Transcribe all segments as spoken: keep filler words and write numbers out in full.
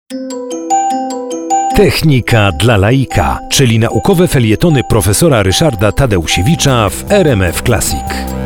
Technika dla laika, czyli naukowe felietony profesora Ryszarda Tadeusiewicza w R M F Classic.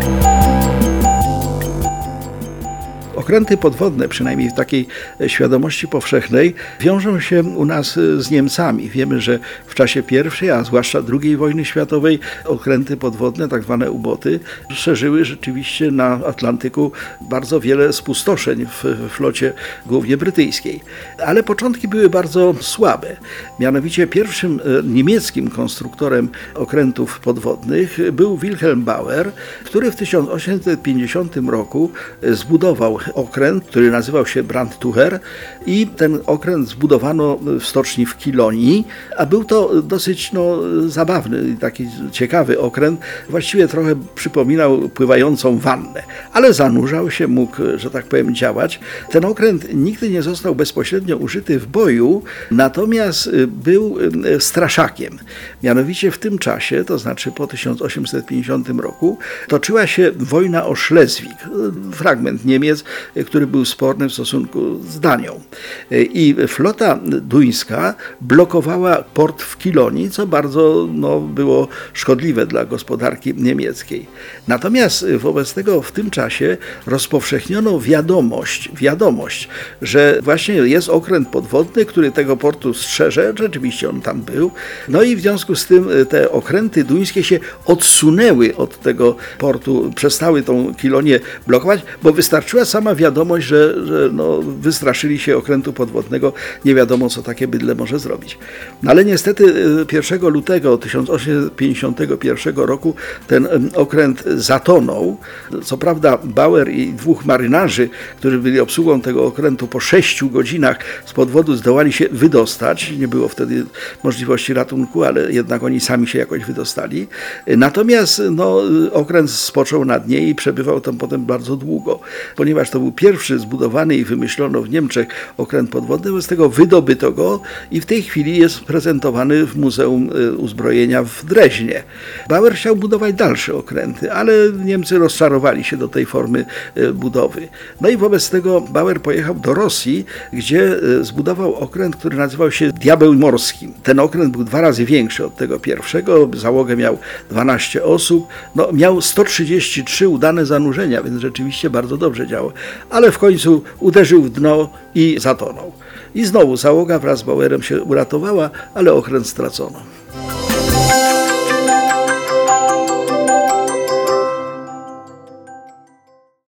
Okręty podwodne, przynajmniej w takiej świadomości powszechnej, wiążą się u nas z Niemcami. Wiemy, że w czasie pierwszej, a zwłaszcza drugiej wojny światowej, okręty podwodne, tak zwane uboty, szerzyły rzeczywiście na Atlantyku bardzo wiele spustoszeń w flocie głównie brytyjskiej. Ale początki były bardzo słabe. Mianowicie pierwszym niemieckim konstruktorem okrętów podwodnych był Wilhelm Bauer, który w tysiąc osiemset pięćdziesiątym roku zbudował okręt, który nazywał się Brandtucher, i ten okręt zbudowano w stoczni w Kilonii, a był to dosyć no, zabawny, taki ciekawy okręt. Właściwie trochę przypominał pływającą wannę, ale zanurzał się, mógł, że tak powiem, działać. Ten okręt nigdy nie został bezpośrednio użyty w boju, natomiast był straszakiem. Mianowicie w tym czasie, to znaczy po tysiąc osiemset pięćdziesiątym roku, toczyła się wojna o Szlezwik, fragment Niemiec, który był sporny w stosunku z Danią. I flota duńska blokowała port w Kilonii, co bardzo no, było szkodliwe dla gospodarki niemieckiej. Natomiast wobec tego w tym czasie rozpowszechniono wiadomość, wiadomość, że właśnie jest okręt podwodny, który tego portu strzeże, rzeczywiście on tam był, no i w związku z tym te okręty duńskie się odsunęły od tego portu, przestały tą Kilonię blokować, bo wystarczyła sama wiadomość, że, że no, wystraszyli się okrętu podwodnego, nie wiadomo, co takie bydle może zrobić. No ale niestety pierwszego lutego tysiąc osiemset pięćdziesiątego pierwszego roku ten okręt zatonął. Co prawda Bauer i dwóch marynarzy, którzy byli obsługą tego okrętu, po sześciu godzinach z podwodu zdołali się wydostać. Nie było wtedy możliwości ratunku, ale jednak oni sami się jakoś wydostali. Natomiast no, okręt spoczął na dnie i przebywał tam potem bardzo długo, ponieważ to był pierwszy zbudowany i wymyślono w Niemczech okręt podwodny, z tego wydobyto go i w tej chwili jest prezentowany w Muzeum Uzbrojenia w Dreźnie. Bauer chciał budować dalsze okręty, ale Niemcy rozczarowali się do tej formy budowy. No i wobec tego Bauer pojechał do Rosji, gdzie zbudował okręt, który nazywał się Diabeł Morski. Ten okręt był dwa razy większy od tego pierwszego, załogę miał dwanaście osób, no, miał sto trzydzieści trzy udane zanurzenia, więc rzeczywiście bardzo dobrze działał, ale w końcu uderzył w dno i zatonął. I znowu załoga wraz z Bauerem się uratowała, ale okręt stracono.